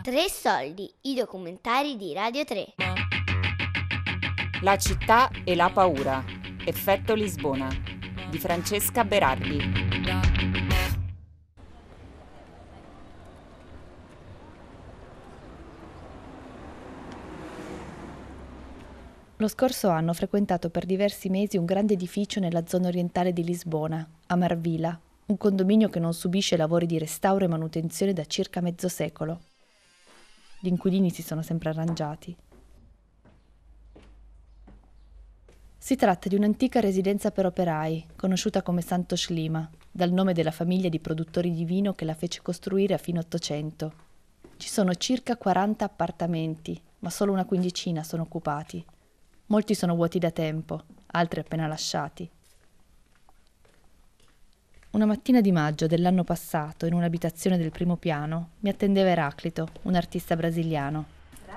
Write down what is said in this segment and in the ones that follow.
Tre soldi, i documentari di Radio 3. La città e la paura. Effetto Lisbona di Francesca Berardi. Lo scorso anno ho frequentato per diversi mesi un grande edificio nella zona orientale di Lisbona, a Marvila, un condominio che non subisce lavori di restauro e manutenzione da circa mezzo secolo. Gli inquilini si sono sempre arrangiati. Si tratta di un'antica residenza per operai, conosciuta come Santos Lima, dal nome della famiglia di produttori di vino che la fece costruire a fine Ottocento. Ci sono circa 40 appartamenti, ma solo una quindicina sono occupati. Molti sono vuoti da tempo, altri appena lasciati. Una mattina di maggio dell'anno passato, in un'abitazione del primo piano, mi attendeva Eraclito, un artista brasiliano.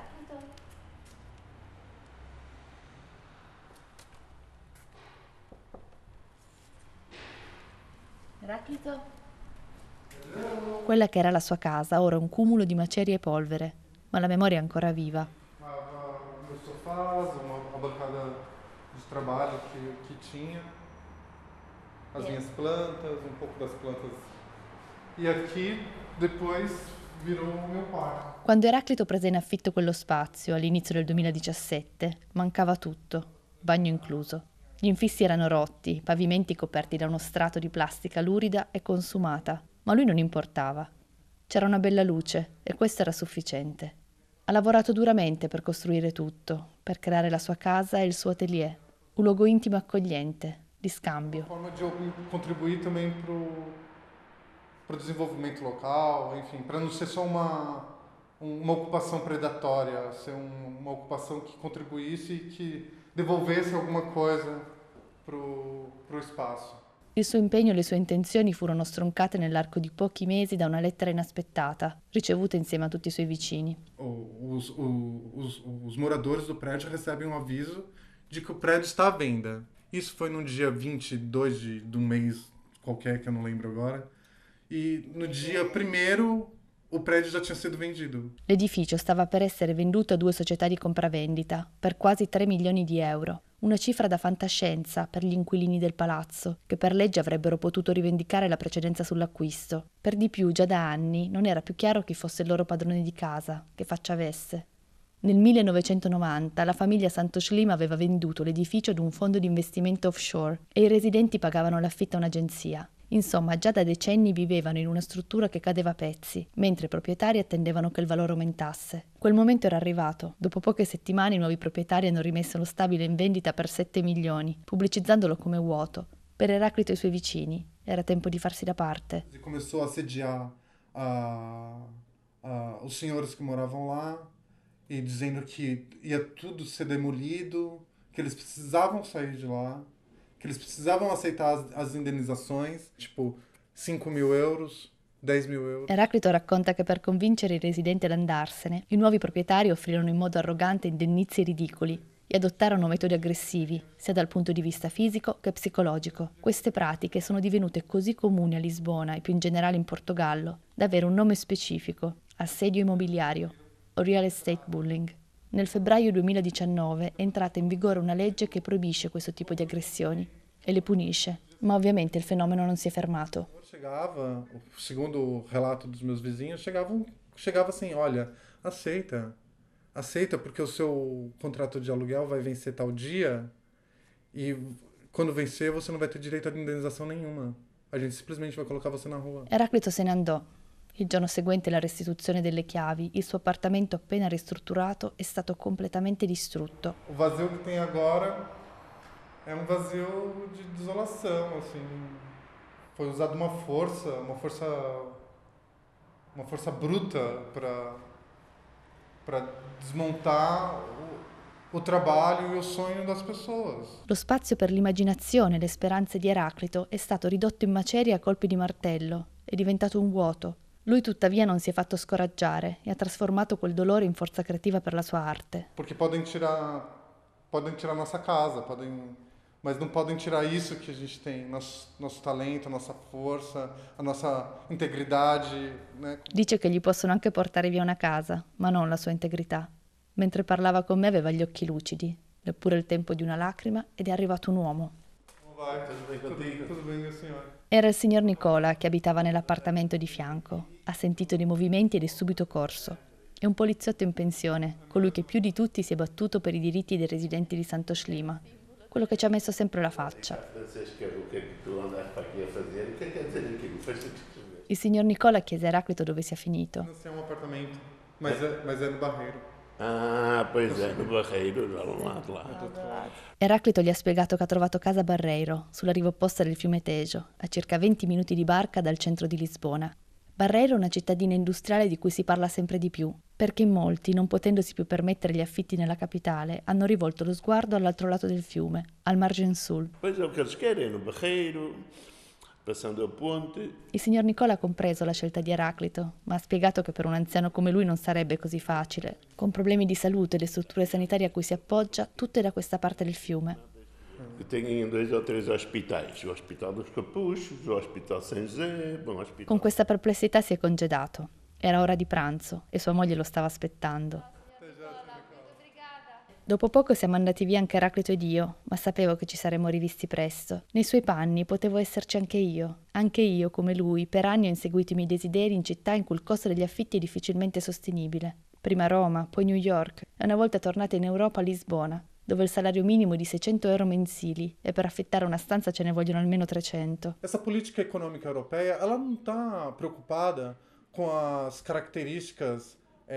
Eraclito? Quella che era la sua casa, ora un cumulo di macerie e polvere, ma la memoria è ancora viva. Meus sofás, uma bancada de trabalho que tinha, as minhas plantas, um pouco das plantas. E aqui depois virou o meu quarto. Quando Eraclito prese in affitto quello spazio, all'inizio del 2017, mancava tutto, bagno incluso. Gli infissi erano rotti, i pavimenti coperti da uno strato di plastica lurida e consumata, ma a lui non importava. C'era una bella luce e questo era sufficiente. Ha lavorato duramente per costruire tutto, per creare la sua casa e il suo atelier, un luogo intimo e accogliente, di scambio. Forma de eu contribuir também pro desenvolvimento local, enfim, para não ser só uma ocupação predatória, ser uma ocupação que contribuísse e que devolvesse alguma coisa pro espaço. Il suo impegno e le sue intenzioni furono stroncate nell'arco di pochi mesi da una lettera inaspettata, ricevuta insieme a tutti i suoi vicini. Os moradores do prédio recebem um aviso de que o prédio está à venda. Isso foi no dia 22 de um mês qualquer, que eu não lembro agora. E no dia 1º o prédio già tinha sido vendido. L'edificio stava per essere venduto a 2 società di compravendita per quasi 3 milioni di euro, una cifra da fantascienza per gli inquilini del palazzo, che per legge avrebbero potuto rivendicare la precedenza sull'acquisto. Per di più, già da anni, non era più chiaro chi fosse il loro padrone di casa, che faccia avesse. Nel 1990 la famiglia Santos Lima aveva venduto l'edificio ad un fondo di investimento offshore e i residenti pagavano l'affitto a un'agenzia. Insomma, già da decenni vivevano in una struttura che cadeva a pezzi, mentre i proprietari attendevano che il valore aumentasse. Quel momento era arrivato. Dopo poche settimane i nuovi proprietari hanno rimesso lo stabile in vendita per 7 milioni, pubblicizzandolo come vuoto. Per Eraclito e i suoi vicini era tempo di farsi da parte. Começou a assediar os senhores que moravam lá e dizendo que ia tudo ser demolido, que eles precisavam sair de lá, que eles precisavam aceitar as indenizações, tipo 5.000 euros, 10.000 euros. Eraclito racconta che per convincere i residenti ad andarsene, i nuovi proprietari offrirono in modo arrogante indennizi ridicoli e adottarono metodi aggressivi, sia dal punto di vista fisico che psicologico. Queste pratiche sono divenute così comuni a Lisbona e più in generale in Portogallo, da avere un nome specifico, assedio immobiliario o real estate bullying. Nel febbraio 2019 è entrata in vigore una legge che proibisce questo tipo di aggressioni e le punisce, ma ovviamente il fenomeno non si è fermato. Chegava, segundo o relato dos meus vizinhos, chegava assim, olha, aceita porque o seu contrato de aluguel vai vencer tal dia e quando vencer você não vai ter direito a indenização nenhuma. A gente simplesmente vai colocar você na rua. Eraclito se ne andò. Il giorno seguente la restituzione delle chiavi, il suo appartamento appena ristrutturato è stato completamente distrutto. O vazio que tem agora é um vazio de desolação, assim. Foi usada uma força bruta para desmontar o trabalho e o sonho das pessoas. Lo spazio per l'immaginazione e le speranze di Eraclito è stato ridotto in macerie a colpi di martello, è diventato un vuoto. Lui tuttavia non si è fatto scoraggiare e ha trasformato quel dolore in forza creativa per la sua arte. Perché podem tirar nossa casa, mas não podem tirar isso que a gente tem, nosso talento, a nossa força, a nossa integridade, né? Dice che gli possono anche portare via una casa, ma non la sua integrità. Mentre parlava con me aveva gli occhi lucidi, neppure il tempo di una lacrima, ed è arrivato un uomo. Come vai? Tudo bem, signore? Era il signor Nicola, che abitava nell'appartamento di fianco. Ha sentito dei movimenti ed è subito corso. È un poliziotto in pensione, colui che più di tutti si è battuto per i diritti dei residenti di Santo Schlima. Quello che ci ha messo sempre la faccia. Francesca, o che tu andaste aqui a fazer? O que quer dizer aquilo? Faz-te escrever. Il signor Nicola chiese a Eraclito dove sia finito. Nós temos um apartamento, mas é no Barreiro. Ah, pois é, no Barreiro, já ao lado lá. Eraclito gli ha spiegato che ha trovato casa a Barreiro, sulla riva opposta del fiume Tejo, a circa 20 minuti di barca dal centro di Lisbona. Barreiro è una cittadina industriale di cui si parla sempre di più, perché in molti, non potendosi più permettere gli affitti nella capitale, hanno rivolto lo sguardo all'altro lato del fiume, al margine sul. Pois é o que eles querem, no Barreiro, passando a ponte. Il signor Nicola ha compreso la scelta di Eraclito, ma ha spiegato che per un anziano come lui non sarebbe così facile. Con problemi di salute e le strutture sanitarie a cui si appoggia, tutto è da questa parte del fiume. Que têm 2 ou 3 hospitais, o Hospital dos Capuchos, o Hospital São José, bom hospital. Con questa perplessità si è congedato. Era ora di pranzo e sua moglie lo stava aspettando. Dopo poco siamo andati via anche Eraclito ed io, ma sapevo che ci saremmo rivisti presto. Nei suoi panni potevo esserci anche io. Anche io, come lui, per anni ho inseguito i miei desideri in città in cui il costo degli affitti è difficilmente sostenibile. Prima Roma, poi New York e una volta tornata in Europa a Lisbona, dove il salario minimo è di 600 euro mensili e per affittare una stanza ce ne vogliono almeno 300. Essa política econômica europeia, ela não está preocupada com as características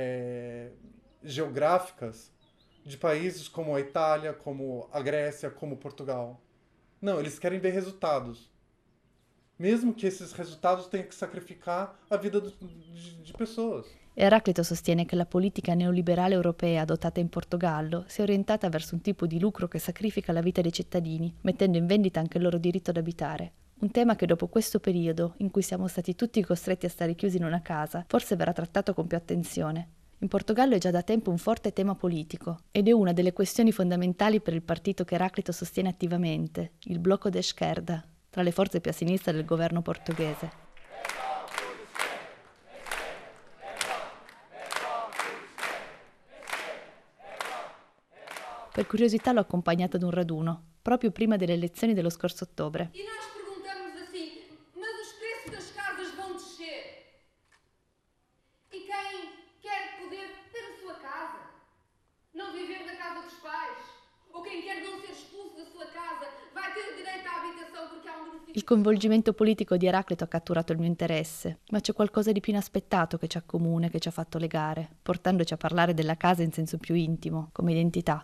geográficas de países como a Itália, como a Grécia, como Portugal. Não, eles querem ver resultados. Mesmo que esses resultados tenham que sacrificar a vida de pessoas. Eraclito sostiene che la politica neoliberale europea adottata in Portogallo sia orientata verso un tipo di lucro che sacrifica la vita dei cittadini, mettendo in vendita anche il loro diritto ad abitare. Un tema che dopo questo periodo, in cui siamo stati tutti costretti a stare chiusi in una casa, forse verrà trattato con più attenzione. In Portogallo è già da tempo un forte tema politico ed è una delle questioni fondamentali per il partito che Eraclito sostiene attivamente, il Bloco de Esquerda, tra le forze più a sinistra del governo portoghese. Per curiosità l'ho accompagnato ad un raduno, proprio prima delle elezioni dello scorso ottobre. E nós perguntamos assim, mas os preços das casas vão descer? E quem quer poder ter a sua casa, não viver da casa dos pais, ou quem quer não ser expulso da sua casa, vai ter o direito à habitação porque há um benefício. Il coinvolgimento politico di Eraclito ha catturato il mio interesse, ma c'è qualcosa di più inaspettato che ci accomuna, che ci ha fatto legare, portandoci a parlare della casa in senso più intimo, come identità.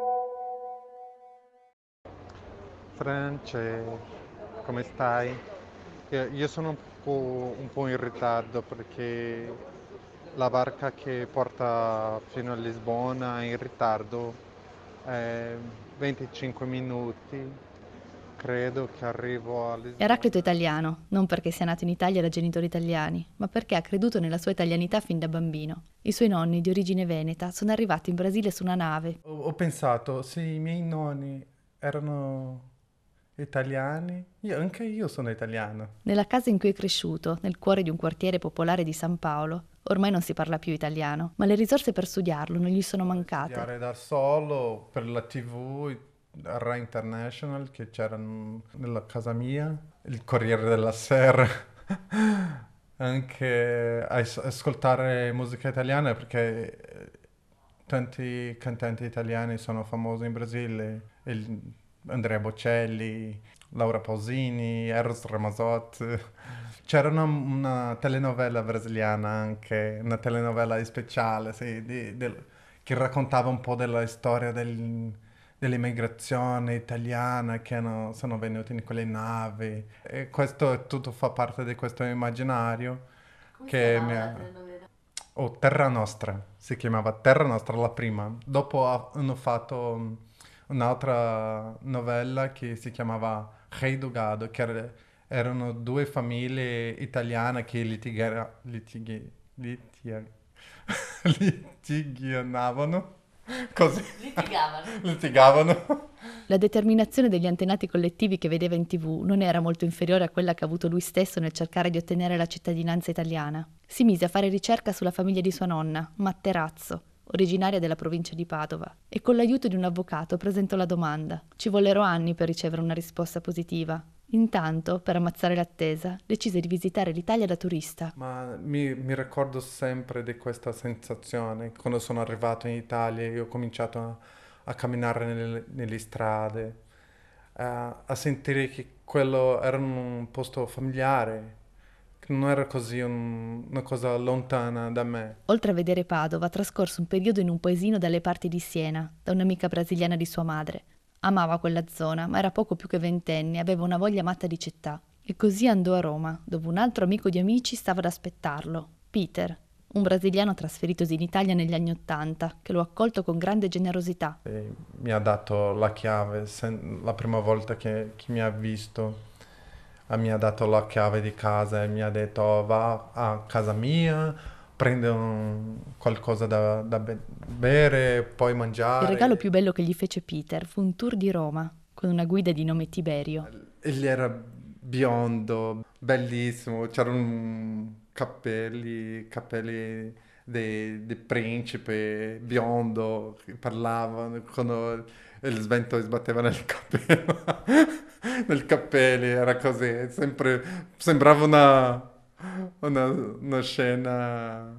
France, come stai? Io sono un po' in ritardo perché la barca che porta fino a Lisbona è in ritardo, 25 minuti, credo che arrivo a Lisbona. Eraclito è italiano, non perché sia nato in Italia da genitori italiani, ma perché ha creduto nella sua italianità fin da bambino. I suoi nonni, di origine veneta, sono arrivati in Brasile su una nave. Ho pensato, se i miei nonni erano italiani, anche io sono italiano. Nella casa in cui è cresciuto, nel cuore di un quartiere popolare di San Paolo, ormai non si parla più italiano, ma le risorse per studiarlo non gli sono mancate. Studiare da solo per la TV, Rai International che c'era nella casa mia, il Corriere della Sera, anche ascoltare musica italiana perché tanti cantanti italiani sono famosi in Brasile, Andrea Bocelli, Laura Pausini, Eros Ramazzotti. C'era una telenovela brasiliana anche, una telenovela speciale, sì, che raccontava un po' della storia dell'immigrazione italiana che sono venuti in quelle navi. E questo tutto fa parte di questo immaginario. Come che si chiamava mi la ha... telenovela? Oh, Terra Nostra, si chiamava Terra Nostra la prima. Dopo hanno fatto un'altra novella che si chiamava Rei do Gado, che erano due famiglie italiane che litigavano Così. Litigavano. Litigavano. La determinazione degli antenati collettivi che vedeva in TV non era molto inferiore a quella che ha avuto lui stesso nel cercare di ottenere la cittadinanza italiana. Si mise a fare ricerca sulla famiglia di sua nonna, Matterazzo, originaria della provincia di Padova, e con l'aiuto di un avvocato presentò la domanda. Ci vollero anni per ricevere una risposta positiva. Intanto, per ammazzare l'attesa, decise di visitare l'Italia da turista. Ma mi ricordo sempre di questa sensazione. Quando sono arrivato in Italia, io ho cominciato a camminare nelle strade, a sentire che quello era un posto familiare, che non era così una cosa lontana da me. Oltre a vedere Padova, trascorse un periodo in un paesino dalle parti di Siena, da un'amica brasiliana di sua madre. Amava quella zona, ma era poco più che ventenne e aveva una voglia matta di città. E così andò a Roma, dove un altro amico di amici stava ad aspettarlo, Peter, un brasiliano trasferitosi in Italia negli anni '80, che lo ha accolto con grande generosità. E mi ha dato la chiave, la prima volta che mi ha visto, mi ha dato la chiave di casa e mi ha detto: "Oh, va a casa mia, prende qualcosa da bere, poi mangiare." Il regalo più bello che gli fece Peter fu un tour di Roma, con una guida di nome Tiberio. Egli era biondo, bellissimo, c'erano capelli di principe, biondo, che parlavano quando il vento sbatteva nel capello, nel capelli, era così, sembrava una scena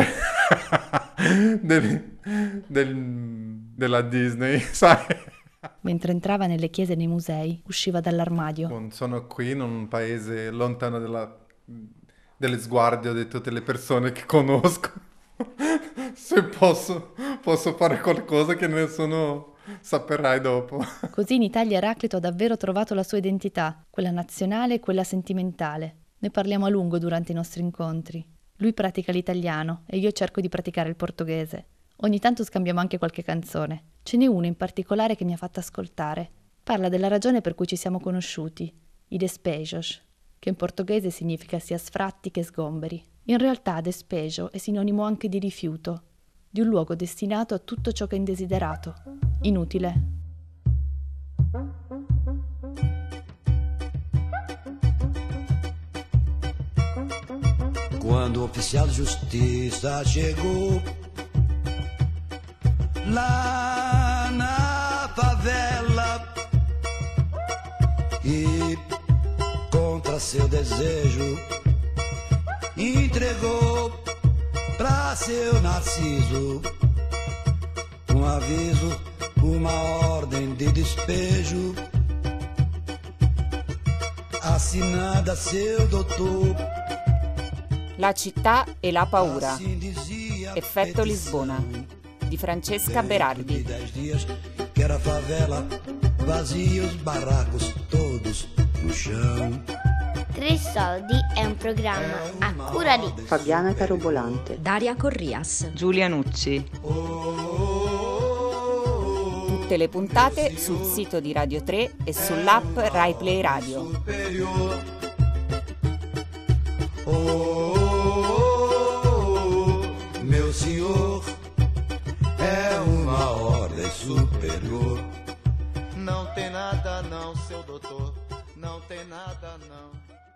della Disney, sai? Mentre entrava nelle chiese e nei musei, usciva dall'armadio. Sono qui in un paese lontano dello sguardo di tutte le persone che conosco. Se posso fare qualcosa che nessuno saperai dopo. Così in Italia Eraclito ha davvero trovato la sua identità, quella nazionale e quella sentimentale. Ne parliamo a lungo durante i nostri incontri. Lui pratica l'italiano e io cerco di praticare il portoghese. Ogni tanto scambiamo anche qualche canzone. Ce n'è una in particolare che mi ha fatto ascoltare. Parla della ragione per cui ci siamo conosciuti, i despejos, che in portoghese significa sia sfratti che sgomberi. In realtà despejo è sinonimo anche di rifiuto, di un luogo destinato a tutto ciò che è indesiderato, inutile. Quando o oficial de justiça chegou lá na favela e contra seu desejo entregou pra seu Narciso um aviso, uma ordem de despejo assinada a seu doutor. La città e la paura. Effetto Lisbona di Francesca Berardi. 10 dias que era favela, vazios barracos todos no chão. Tre soldi è un programma a cura di Fabiana Carobolante, Daria Corrias, Giulia Nucci. Tutte le puntate sul sito di Radio 3 e sull'app Rai Play Radio. Meu senhor é uma ordem superior. Não tem nada não, seu doutor, não tem nada não.